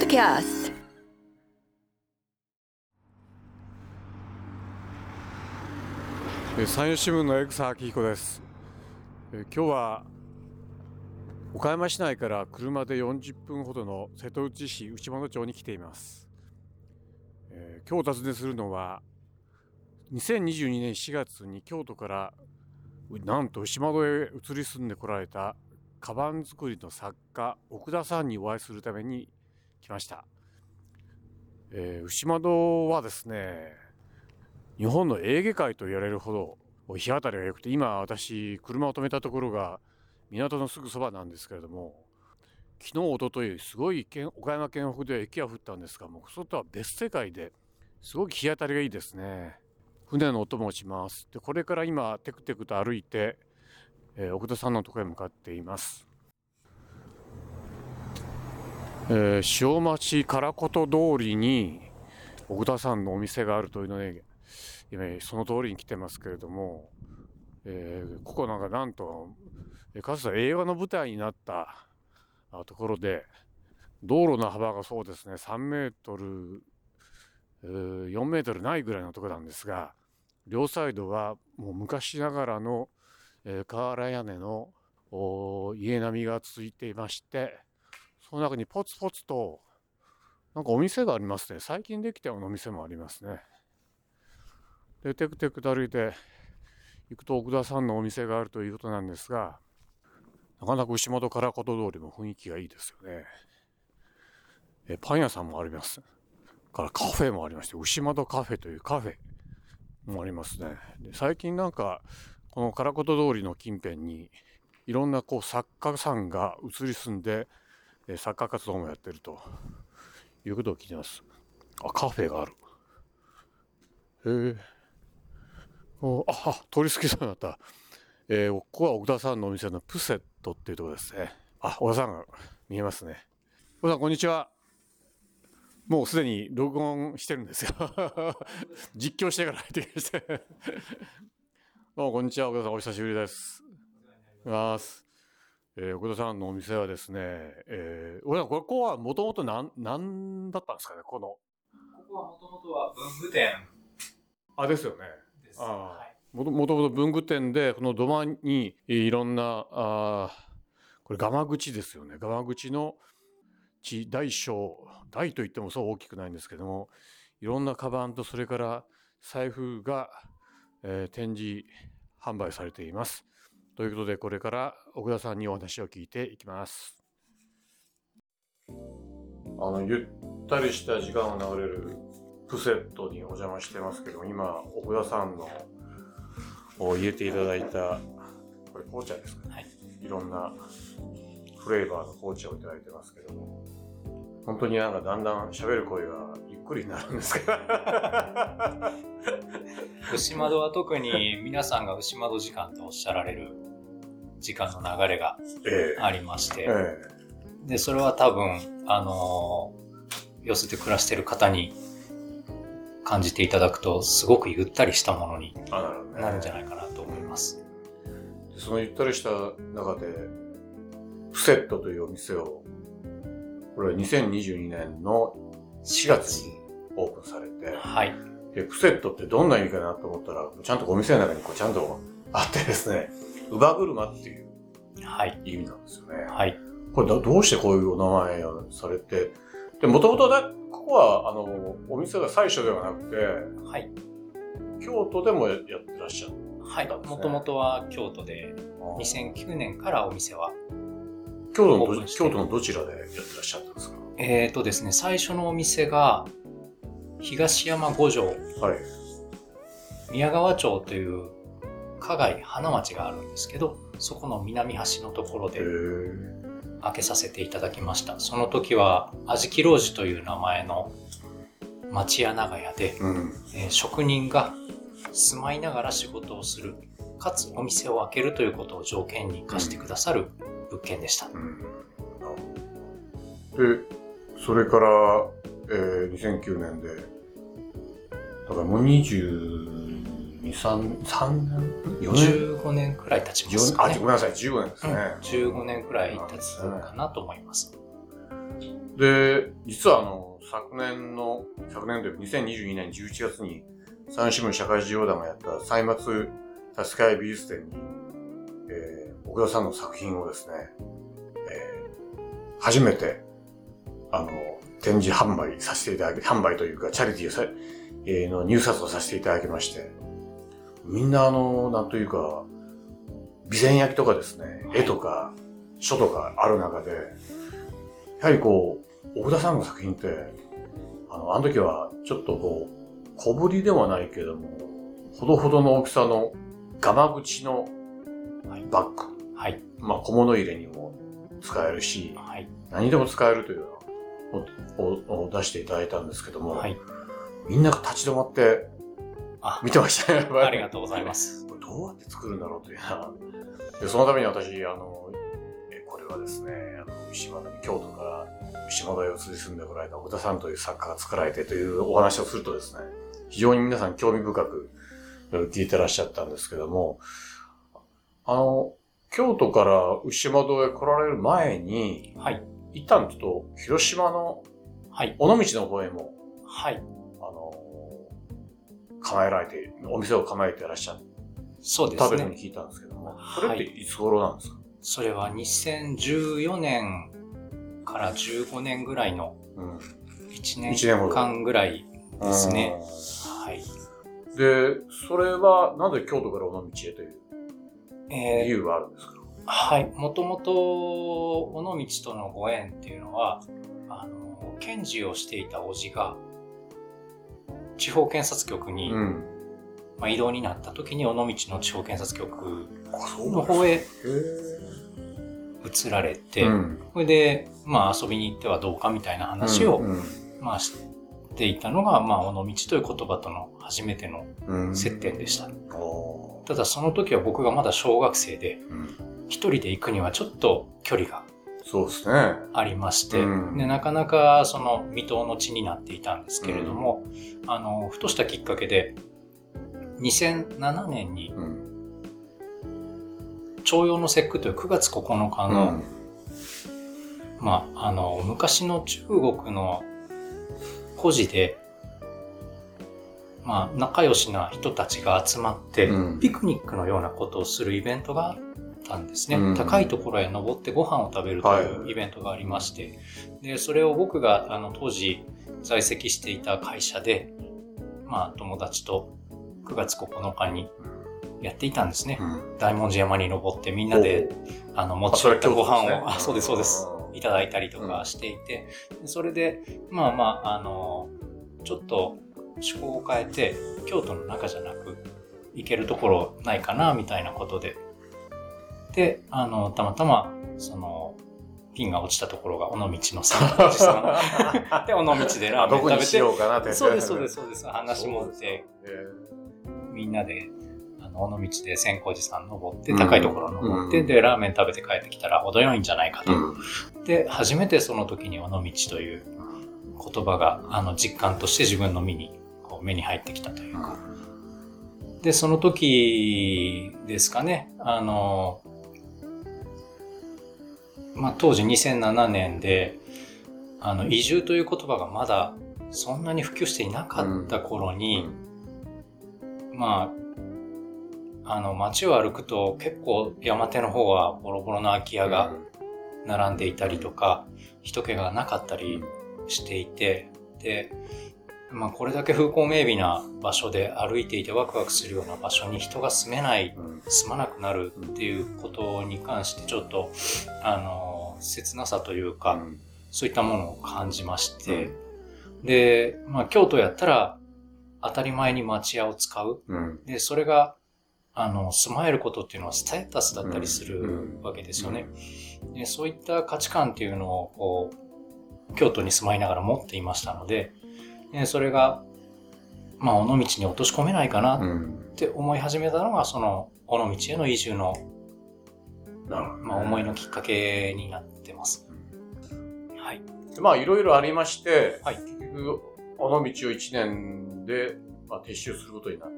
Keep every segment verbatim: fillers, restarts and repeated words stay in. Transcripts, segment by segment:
Podcast。 山陽新聞の江草明彦です。今日は岡山市内から車でよんじゅっぷんほどの瀬戸内市内窓町に来ています。今日お尋ねするのはにせんにじゅうにねんしがつに京都からなんと内窓へ移り住んでこられたカバン作りの作家奥田さんにお会いするために来ました。えー、内窓はですね、日本のエーゲ海と言われるほど日当たりが良くて、今私車を止めたところが港のすぐそばなんですけれども、昨日一昨日すごい岡山県北で雪が降ったんですが、もう外は別世界ですごく日当たりがいいですね。船の音もします。でこれから今テクテクと歩いて、えー、奥田さんのところへ向かっています。えー、塩町唐琴通りに奥田さんのお店があるというので、今その通りに来てますけれども、えー、ここなんかなんとかつて映画の舞台になったところで、道路の幅がそうですねさんメートルよんメートルないぐらいのところなんですが、両サイドはもう昔ながらの瓦屋根の家並みが続いていまして、その中にポツポツとなんかお店がありますね。最近できたようなお店もありますね。でテクテクと歩いて行くと奥田さんのお店があるということなんですが、なかなか牛本唐琴通りも雰囲気がいいですよね。えパン屋さんもありますから、カフェもありまして、牛窓カフェというカフェもありますね。で最近なんかこの唐琴通りの近辺にいろんなこう作家さんが移り住んで作家活動もやってるということを聞いてます。あ、カフェがある。へえ。おあ、通り過ぎそうになった。えー、ここは奥田さんのお店のプセットっていうところですね。あ、奥田さんが見えますね。奥田さんこんにちは。もうすでに録音してるんですよ。実況してから入ってきまして。どうもこんにちは、奥田さんお久しぶりです。おはようございます。えー、奥田さんのお店はですね、えー、奥田さんここはもともと何何だったんですかね、この。ここはもともとは文具店。 あ、ですよね。 です。 あ、 はい。 もともと文具店で、この土間にいろんな、あこれガマ口ですよね。ガマ口の地大小、大といってもそう大きくないんですけども、いろんなカバンとそれから財布が、えー、展示販売されています。ということでこれから奥田さんにお話を聞いていきます。あのゆったりした時間を流れるプセットにお邪魔してますけど、今奥田さんのを入れていただいたこれ紅茶ですかね、はい、いろんなフレーバーの紅茶をいただいてますけども、本当になんかだんだん喋る声がゆっくりになるんですけど牛窓は特に皆さんが牛窓時間とおっしゃられる時間の流れがありまして、えーえー、でそれは多分あの寄せて暮らしている方に感じていただくとすごくゆったりしたものになるんじゃないかなと思います。 そのゆったりした中でプセットというお店をこれはにせんにじゅうにねんのしがつにオープンされて、 はい、 でプセットってどんな意味かなと思ったら、ちゃんとお店の中にこうちゃんとあってですね、乳母車っていう意味なんですよね。 はい、 これどうしてこういうお名前をされて、でもともとここはあのお店が最初ではなくて、はい、京都でもやってらっしゃる、ね。 はい、もともとは京都でにせんきゅうねんからお店は京都のど京都のどちらでやってらっしゃったんですか？ えーとですね、最初のお店が東山五条、はい、宮川町という加害花町があるんですけど、そこの南端のところで開けさせていただきました。その時は安食老寺という名前の町屋長屋で、うんえー、職人が住まいながら仕事をする、かつお店を開けるということを条件に貸してくださる物件でした。うんうん、でそれから、えー、にせんきゅうねんでだからもうにじゅうに、さんねんじゅうごねんくらい経ちますかね。 あ、ごめんなさい、じゅうごねんですね。 うん、じゅうごねんくらい経つかなと思います。 で、実はあの、昨年の、昨年というかにせんにじゅうにねんじゅういちがつに、三種文社会事業団がやった歳末助け合い美術展に、えー、奥田さんの作品をですね、えー、初めて、あの、展示販売させていただき、販売というか、チャリティーをさ、えー、の入札をさせていただきまして、みんなあの、なんというか、備前焼とかですね、絵とか書とかある中で、やはりこう、奥田さんの作品って、あの、あの時はちょっとこう、小ぶりではないけれども、ほどほどの大きさのガマ口のバッグ。 はい。 まあ小物入れにも使えるし、 はい、 何でも使えるというのを出していただいたんですけども、はい、みんなが立ち止まって見てましたね。 ありがとうございます。 これどうやって作るんだろうというな。でそのために私、あの、これはですね、あの牛窓に京都から牛窓へ移り住んでこられた奥田さんという作家が作られてというお話をするとですね、非常に皆さん興味深く聞いてらっしゃったんですけども、あの、京都から牛窓へ来られる前に、はい。一旦ちょっと広島の、はい。尾道の方へも、はい。あの、構えられて、お店を構えてらっしゃった。 そうですね。 食べるに聞いたんですけども、それっていつ頃なんですか？はい、 それはにせんじゅうよねんからじゅうごねんぐらいのいちねんかんぐらいですね。はい。 で、それはなぜ京都から尾道へという理由はあるんですか？ えー、はい。もともと尾道とのご縁っていうのは、あの、検事をしていた叔父が地方検察局に、うんまあ、異動になった時に尾道の地方検察局の方へ移られて、うん、それで、まあ遊びに行ってはどうかみたいな話を、うんうん、まあしていたのが、まあ尾道という言葉との初めての接点でした。うん、ただその時は僕がまだ小学生で、うん、一人で行くにはちょっと距離がそうですね。 ありまして、うん、でなかなかその未踏の地になっていたんですけれども、うん、あの、ふとしたきっかけで、にせんななねんに、うん、重陽の節句というくがつここのかの、うん、まあ、あの、昔の中国の故事で、まあ、仲良しな人たちが集まって、うん、ピクニックのようなことをするイベントがあったんですね。うん、高いところへ登ってご飯を食べるというイベントがありまして、はい、で、それを僕が、あの、当時在籍していた会社で、まあ、友達とくがつここのかにやっていたんですね。うん、大文字山に登ってみんなで、あの、持ち寄ったご飯を、ね、あ、そうです、そうです。いただいたりとかしていて、うん、それで、まあまあ、あの、ちょっと、趣向を変えて京都の中じゃなく行けるところないかなみたいなことでであのたまたまそのピンが落ちたところが尾道の三光寺さんで尾道でラーメン食べてどこにしようかなってそうですそうですそうです話もってみんなであの尾道で千光寺さん登って高いところ登って、うん、でラーメン食べて帰ってきたら程よいんじゃないかと、うん、で初めてその時に尾道という言葉があの実感として自分の身に目に入ってきたというか。で、その時ですかね、あの、まあ、当時にせんななねんで、あの、移住という言葉がまだそんなに普及していなかった頃に、うん、まあ、あの、街を歩くと結構山手の方はボロボロな空き家が並んでいたりとか、人気がなかったりしていて、で、まあこれだけ風光明媚な場所で歩いていてワクワクするような場所に人が住めない、うん、住まなくなるっていうことに関してちょっと、あの、切なさというか、うん、そういったものを感じまして、うん、で、まあ京都やったら当たり前に町屋を使う。うん、で、それが、あの、住まえることっていうのはステータスだったりするわけですよね。で、そういった価値観っていうのをこう、京都に住まいながら持っていましたので、それが、まあ、尾道に落とし込めないかなって思い始めたのが、その、尾道への移住の、まあ、思いのきっかけになってます。はい。 まあ、いろいろありまして、はい、結局、尾道をいちねんで、まあ、撤収することになっ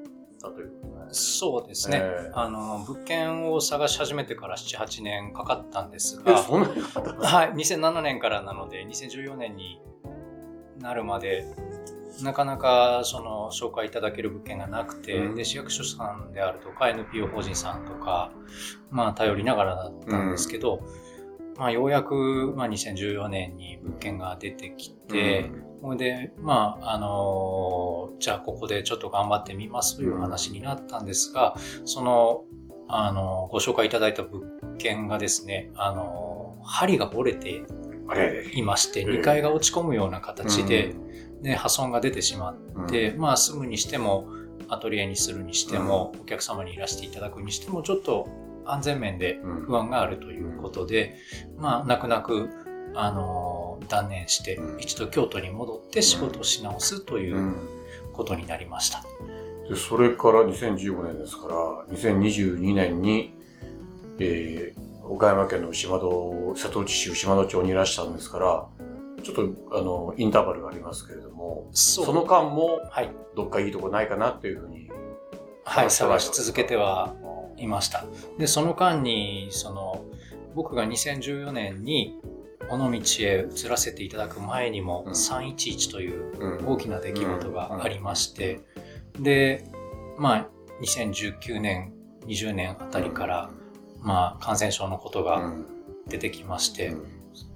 ったということですね。 そうですね。 えー、 あの、物件を探し始めてからなな、はちねんかかったんですが、 え、そんなにかかったんですか？ はい、にせんななねんからなので、にせんじゅうよねんになるまで、なかなかその紹介いただける物件がなくて、うん、で市役所さんであるとか エヌピーオー 法人さんとか、まあ頼りながらだったんですけど、うん、まあようやく、まあ、にせんじゅうよねんに物件が出てきて、それ、うん、で、まあ、あのー、じゃあここでちょっと頑張ってみますという話になったんですが、その、あのー、ご紹介いただいた物件がですね、あのー、針が折れていまして、にかいが落ち込むような形で、うんで破損が出てしまって、うん、まあ住むにしてもアトリエにするにしても、うん、お客様にいらしていただくにしてもちょっと安全面で不安があるということで、うん、まあ泣く泣くあの断念して、うん、一度京都に戻って仕事をし直すということになりました。 でそれからにせんじゅうごねんですからにせんにじゅうにねんに、えー、岡山県の牛窓瀬戸内市牛窓町にいらしたんですからちょっとあのインターバルがありますけれども、そ, その間もどっかいいとこないかなっていうふうに、 はい、探し続けてはいました。でその間にその僕がにせんじゅうよねんに尾道へ移らせていただく前にも、うん、さんいちいちという大きな出来事がありまして、うんうん、でまあにせんじゅうきゅうねんにじゅうねんあたりから、うん、まあ感染症のことが出てきまして、うん、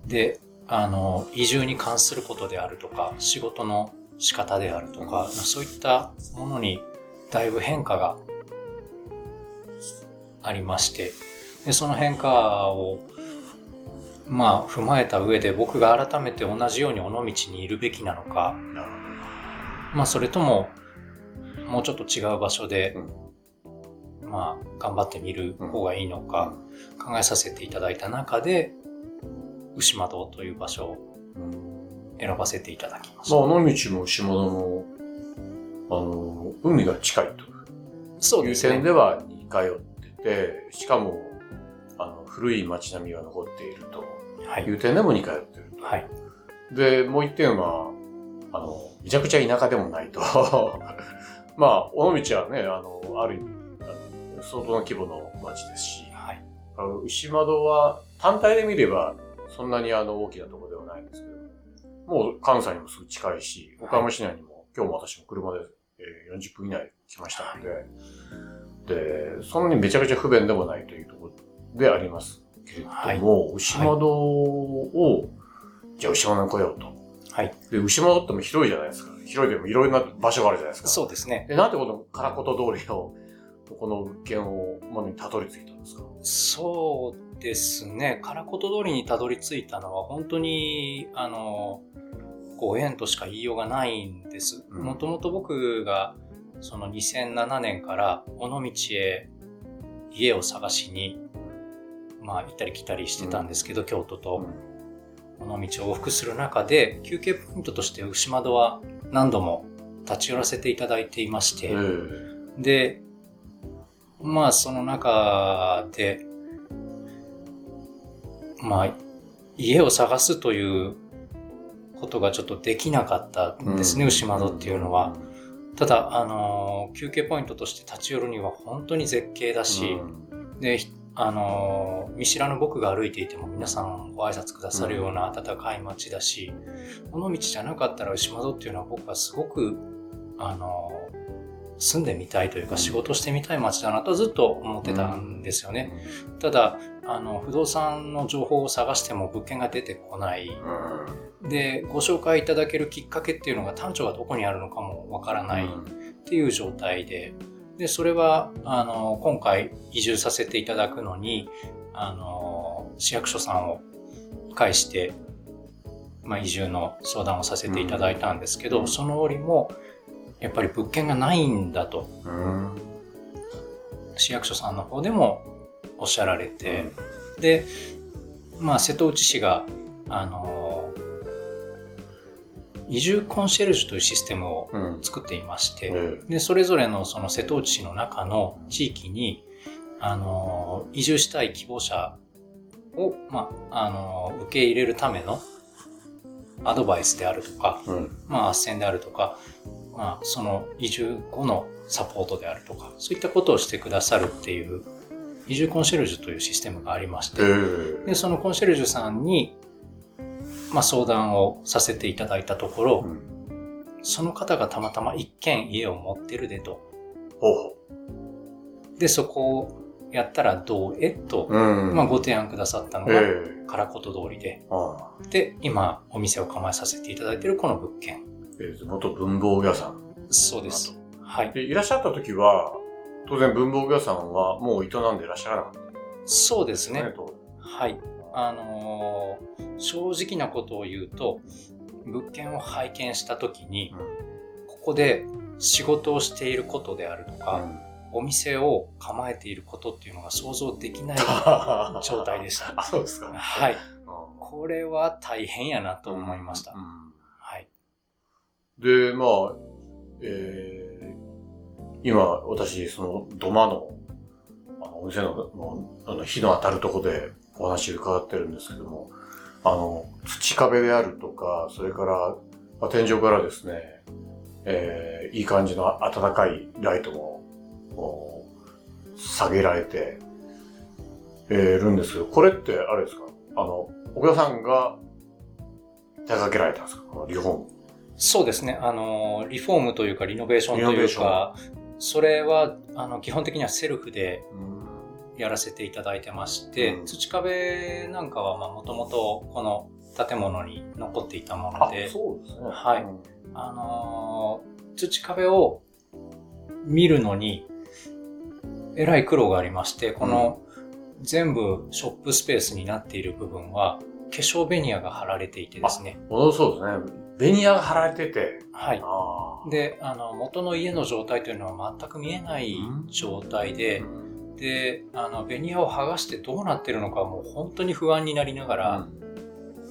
であの移住に関することであるとか仕事の仕方であるとか、うん、そういったものにだいぶ変化がありまして、でその変化をまあ踏まえた上で僕が改めて同じように尾道にいるべきなのか、まあそれとももうちょっと違う場所で、うん、まあ頑張ってみる方がいいのか考えさせていただいた中で牛窓という場所を選ばせていただきました。 まあ、尾道も牛窓も、あの、海が近いと。そうですね。いう点では似通ってて、しかも、あの、古い街並みが残っているという点でも似通っていると。はい。で、もう一点は、あの、めちゃくちゃ田舎でもないと。まあ、尾道はね、あの、ある意味、あの相当な規模の街ですし、はい。あの牛窓は単体で見れば、そんなにあの大きなところではないんですけど、もう関西にもすぐ近いし、岡山市内にも、はい、今日も私も車でよんじゅっぷん以内来ましたので、はい、で、そんなにめちゃくちゃ不便でもないというところでありますけれども、はい、牛窓を、はい、じゃあ牛窓に来ようと。はい。で、牛窓っても広いじゃないですか。広いでもいろいろな場所があるじゃないですか。 そうですね。 で、なんでこのからこと通りを、この物件を、までにたどり着いたんですか？ そうですね。からこと通りにたどり着いたのは本当に、あの、ご縁としか言いようがないんです。もともと僕が、そのにせんななねんから尾道へ家を探しに、まあ行ったり来たりしてたんですけど、うん、京都と尾道を往復する中で、休憩ポイントとして牛窓は何度も立ち寄らせていただいていまして、で、まあその中で、まあ家を探すということがちょっとできなかったんですね、うん、牛窓っていうのは。ただ、あの、休憩ポイントとして立ち寄るには本当に絶景だし、うん、で、あの、見知らぬ僕が歩いていても皆さんご挨拶くださるような温かい街だし、尾道じゃなかったら牛窓っていうのは僕はすごく、あの、住んでみたいというか仕事してみたい街だなとずっと思ってたんですよね。うん、ただ、あの、不動産の情報を探しても物件が出てこない。うん、で、ご紹介いただけるきっかけっていうのが単調がどこにあるのかもわからないっていう状態で、で、それは、あの、今回移住させていただくのに、あの、市役所さんを介して、まあ、移住の相談をさせていただいたんですけど、うん、その折も、やっぱり物件がないんだと、うん、市役所さんの方でもおっしゃられて、うん、で、まあ、瀬戸内市が、あの、移住コンシェルジュというシステムを作っていまして、うん、で、それぞれのその瀬戸内市の中の地域に、あの、移住したい希望者を、まあ、あの、受け入れるためのアドバイスであるとか、うん、まあ、斡旋であるとか、 まあ、その移住後のサポートであるとか、そういったことをしてくださるっていう移住コンシェルジュというシステムがありまして、でそのコンシェルジュさんに、まあ、相談をさせていただいたところ、うん、その方がたまたま一軒家を持ってるでと。 ほうほうで、そこをやったらどうえと、うんまあ、ご提案くださったのが、からこと通りで、で、今お店を構えさせていただいているこの物件。 えー、元文房具屋さん。 そうです。はい。 で、いらっしゃった時は、当然文房具屋さんはもう営んでいらっしゃらなかった。 そうですね。はい。あのー、正直なことを言うと、物件を拝見した時に、うん、ここで仕事をしていることであるとか、うん、お店を構えていることっていうのが想像できない状態でした。 あ、そうですか。 はい。これは大変やなと思いました。うんうん、はい。 で、まあ、えー、今、私、その、土間の、あの、お店の、のあの火の当たるところでお話伺ってるんですけども、あの、土壁であるとか、それから、まあ、天井からですね、えー、いい感じの暖かいライトも、下げられて、えー、るんですけど、これってあれですか？あの、奥田さんが手掛けられたんですか？このリフォーム。 そうですね。あの、リフォームというかリノベーションというか、それは、あの、基本的にはセルフでやらせていただいてまして、うん、土壁なんかは、まあ、もともとこの建物に残っていたもので、 あ、そうですね。 はい。うん、あの、土壁を見るのに、えらい苦労がありまして、この全部ショップスペースになっている部分は、化粧ベニヤが貼られていてですね。 あ、そうですね。ベニヤが貼られてて。 はい。あで、あの、元の家の状態というのは全く見えない状態で、うん、で、あの、ベニヤを剥がしてどうなってるのかもう本当に不安になりながら、うん、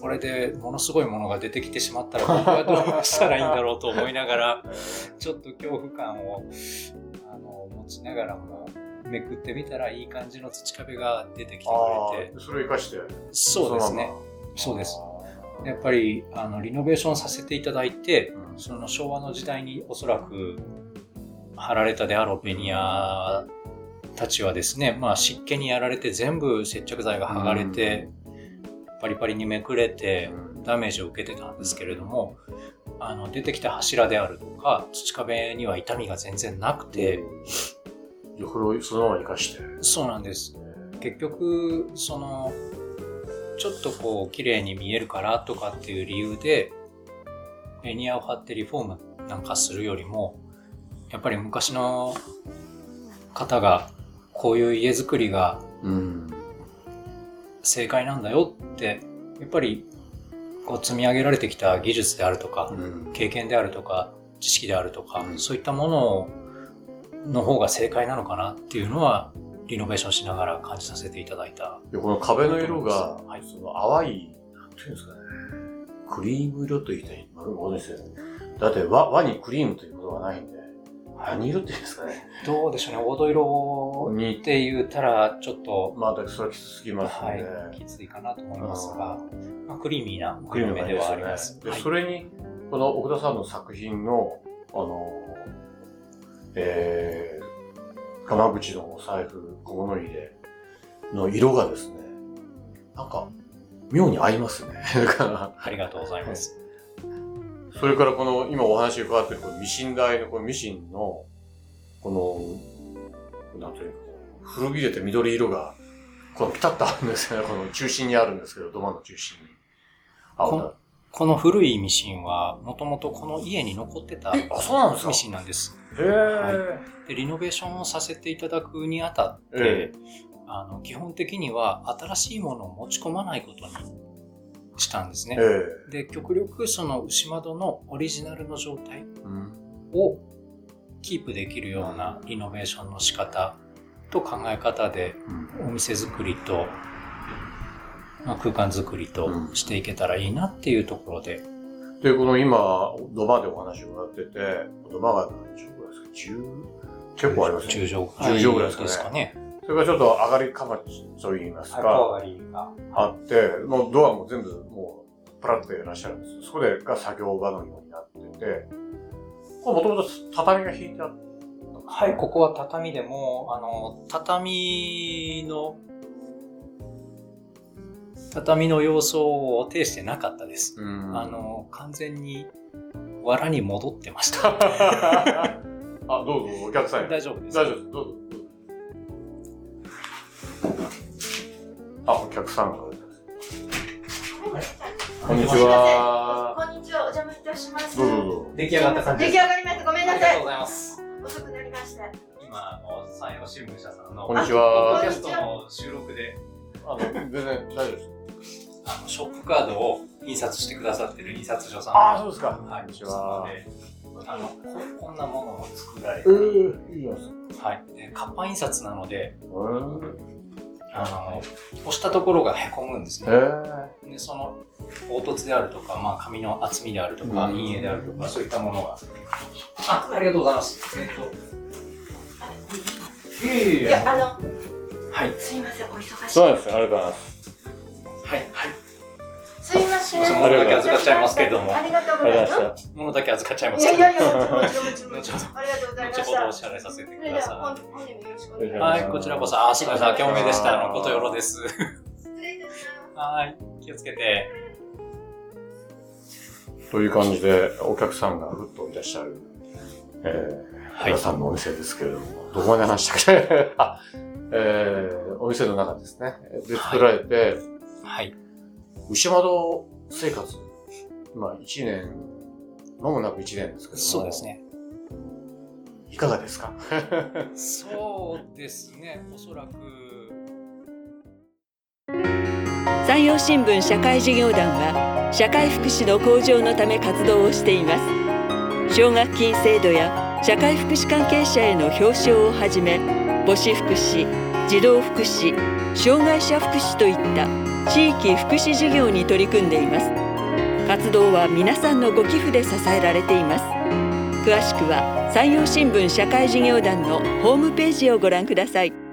これでものすごいものが出てきてしまったら僕はどうしたらいいんだろうと思いながら、ちょっと恐怖感をあの持ちながらも、めくってみたらいい感じの土壁が出てきてくれて。 それを活かして。 そうですね。そうです。やっぱり、あの、リノベーションさせていただいて、うん、その昭和の時代におそらく貼られたであろうベニヤたちはですね、まあ湿気にやられて全部接着剤が剥がれて、うん、パリパリにめくれてダメージを受けてたんですけれども、あの、出てきた柱であるとか、土壁には傷みが全然なくて、 これをそのまま生かして。 そうなんです。結局、その、ちょっとこう、綺麗に見えるからとかっていう理由で、ベニヤを貼ってリフォームなんかするよりも、やっぱり昔の方が、こういう家づくりが、正解なんだよって、やっぱり、こう積み上げられてきた技術であるとか、うん、経験であるとか、知識であるとか、うん、そういったものをの方が正解なのかなっていうのはリノベーションしながら感じさせていただいた。 この壁の色が、はい、その淡い、なんていうんですかね、クリーム色と言ったらいいものですよね。だって和、和にクリームということがないんで、何色って言うんですかね。 どうでしょうね、黄土色って言ったらちょっと。 まあ、だそれはきつすぎますね。 はい、きついかなと思いますが、まあ、クリーミーな色目ではあります。 で、それに、この奥田さんの作品の、あの、えー、鎌口のお財布、小物入れの色がですね、なんか、妙に合いますね。 ありがとうございます。 それからこの、今お話伺ってるこのミシン台のこのミシンの、この、なんというか、古びれて緑色が、このピタッとあるんですよね。この中心にあるんですけど、土間の中心に。 こ, この古いミシンは、もともとこの家に残ってたミシンなんです。 へー、はい、 でリノベーションをさせていただくにあたって、あの基本的には新しいものを持ち込まないことにしたんですね。で極力その牛窓のオリジナルの状態をキープできるようなリノベーションの仕方と考え方でお店作りと、まあ、空間作りとしていけたらいいなっていうところで。 で、この今、土間でお話を伺ってて、土間が何畳ぐらいですか？じゅう結構ありますね。 じゅう畳。 じゅう畳ぐらいですかね。 ねそれからちょっと上がりかまちと言いますか、 小上がりがあって、もうドアも全部もうプラッといらっしゃるんです。そこでが作業場のようになってて、ここれもともと畳が引いてあった。 はい、ここは畳でも、あの、畳の、畳の様相を呈してなかったです。あの、完全に藁に戻ってました。 あ、どうぞ、お客さん。 大丈夫です。 大丈夫です。どうぞ。あ、お客さんが。こんにちは。 こんにちは、お邪魔いたします。 どうぞどうぞ。 出来上がった感じです。 出来上がりました。ごめんなさい。 ありがとうございます。 遅くなりました。 今、あの、山陽新聞社さんの、 こんにちは。 ポッドキャストの収録で、 あの、全然大丈夫です。 あの、ショップカードを印刷してくださってる印刷所さん。 ああ、そうですか。 はい、 こんにちは。 あの、こ、こんなものを作られえて、 ー、いいじゃないですか。 はい。で活版印刷なので、 えー、 あの、押したところがへこむんですね。 えー、 で、その、凹凸であるとか、まあ、紙の厚みであるとか、 うん陰影であるとか、そういったものが。あ、ありがとうございます。えっと、いえいえいえ。 いや、あの、 はい。 すいません、お忙しい。 そうです。ありがとうございます。 はい。はい。 すいません。 物だけ預かっちゃいますけれども。 ありがとうございます。 物だけ預かっちゃいまいすけど。 やいやいや、もちろんもちろんもちろんもちろん。ありがとうございました。 後ほどお支払いさせてください。 本日もよろしくお願いします。 はい、こちらこそ、あ、すみません、明けおめでした。あの、ことよろです。 失礼いたします。 はい、気をつけて。 という感じで、お客さんがふっといらっしゃる、えー、 はい、 皆さんのお店ですけれども、どこまで話したっけあ、えー、お店の中ですね。で、作られて、 はい。 牛窓生活、まあ一年、間もなく一年ですけども。 そうですね。 いかがですかそうですね、おそらく。 山陽新聞社会事業団は社会福祉の向上のため活動をしています。奨学金制度や社会福祉関係者への表彰をはじめ、母子福祉、児童福祉、障害者福祉といった地域福祉事業に取り組んでいます。活動は皆さんのご寄付で支えられています。詳しくは山陽新聞社会事業団のホームページをご覧ください。